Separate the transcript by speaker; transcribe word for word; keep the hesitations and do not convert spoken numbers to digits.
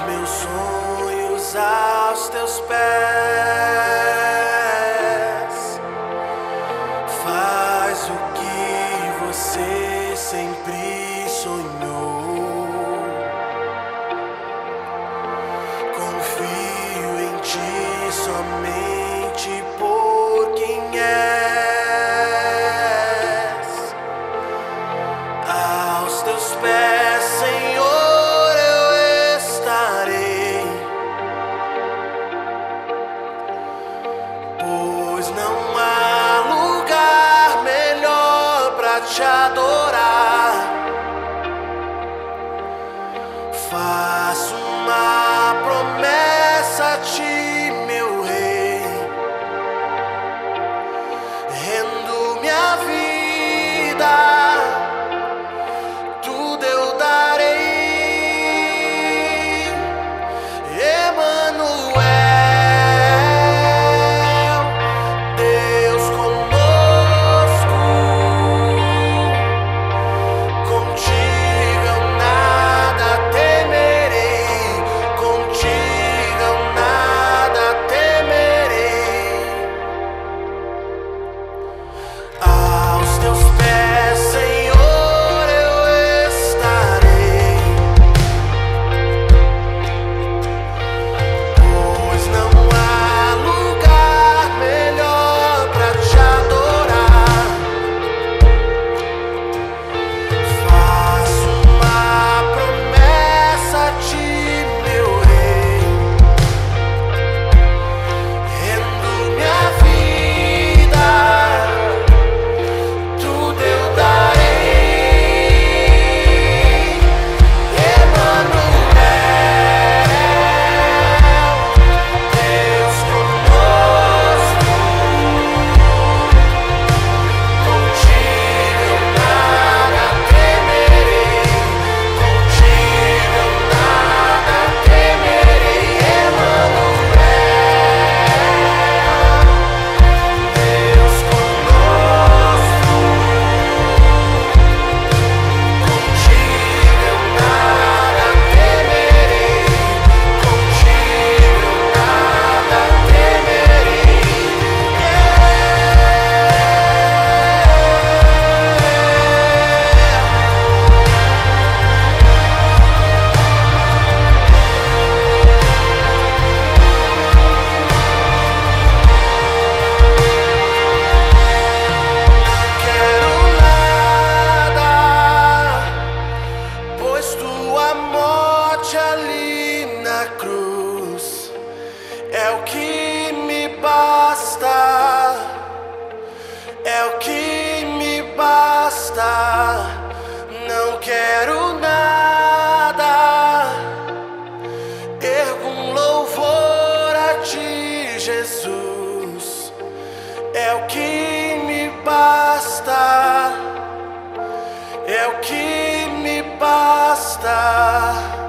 Speaker 1: meus sonhos aos teus pés. Faz o que você sempre sonhou. Confio em ti somente por quem és. Aos teus pés, Senhor, eu estarei, pois não há lugar melhor pra te adorar. Faço uma promessa a ti, meu rei, rendo minha vida, tudo eu darei. Emanuel, Deus conosco, contigo eu nada temerei, contigo eu nada temerei. Aos teus pés, Senhor, eu estarei, pois não há lugar melhor pra te adorar. Faço uma promessa a ti, meu rei, rendo minha vida, tudo eu darei. Emanuel, Deus conosco, contigo eu nada temerei, contigo eu nada temerei. Emanuel, Deus conosco, contigo eu nada temerei, contigo eu nada temerei. Quero nada, pois tua morte ali na cruz é o que me basta, é o que me basta. Não quero nada, ergo um louvor a ti, Jesus, é o que me basta, é o que me basta.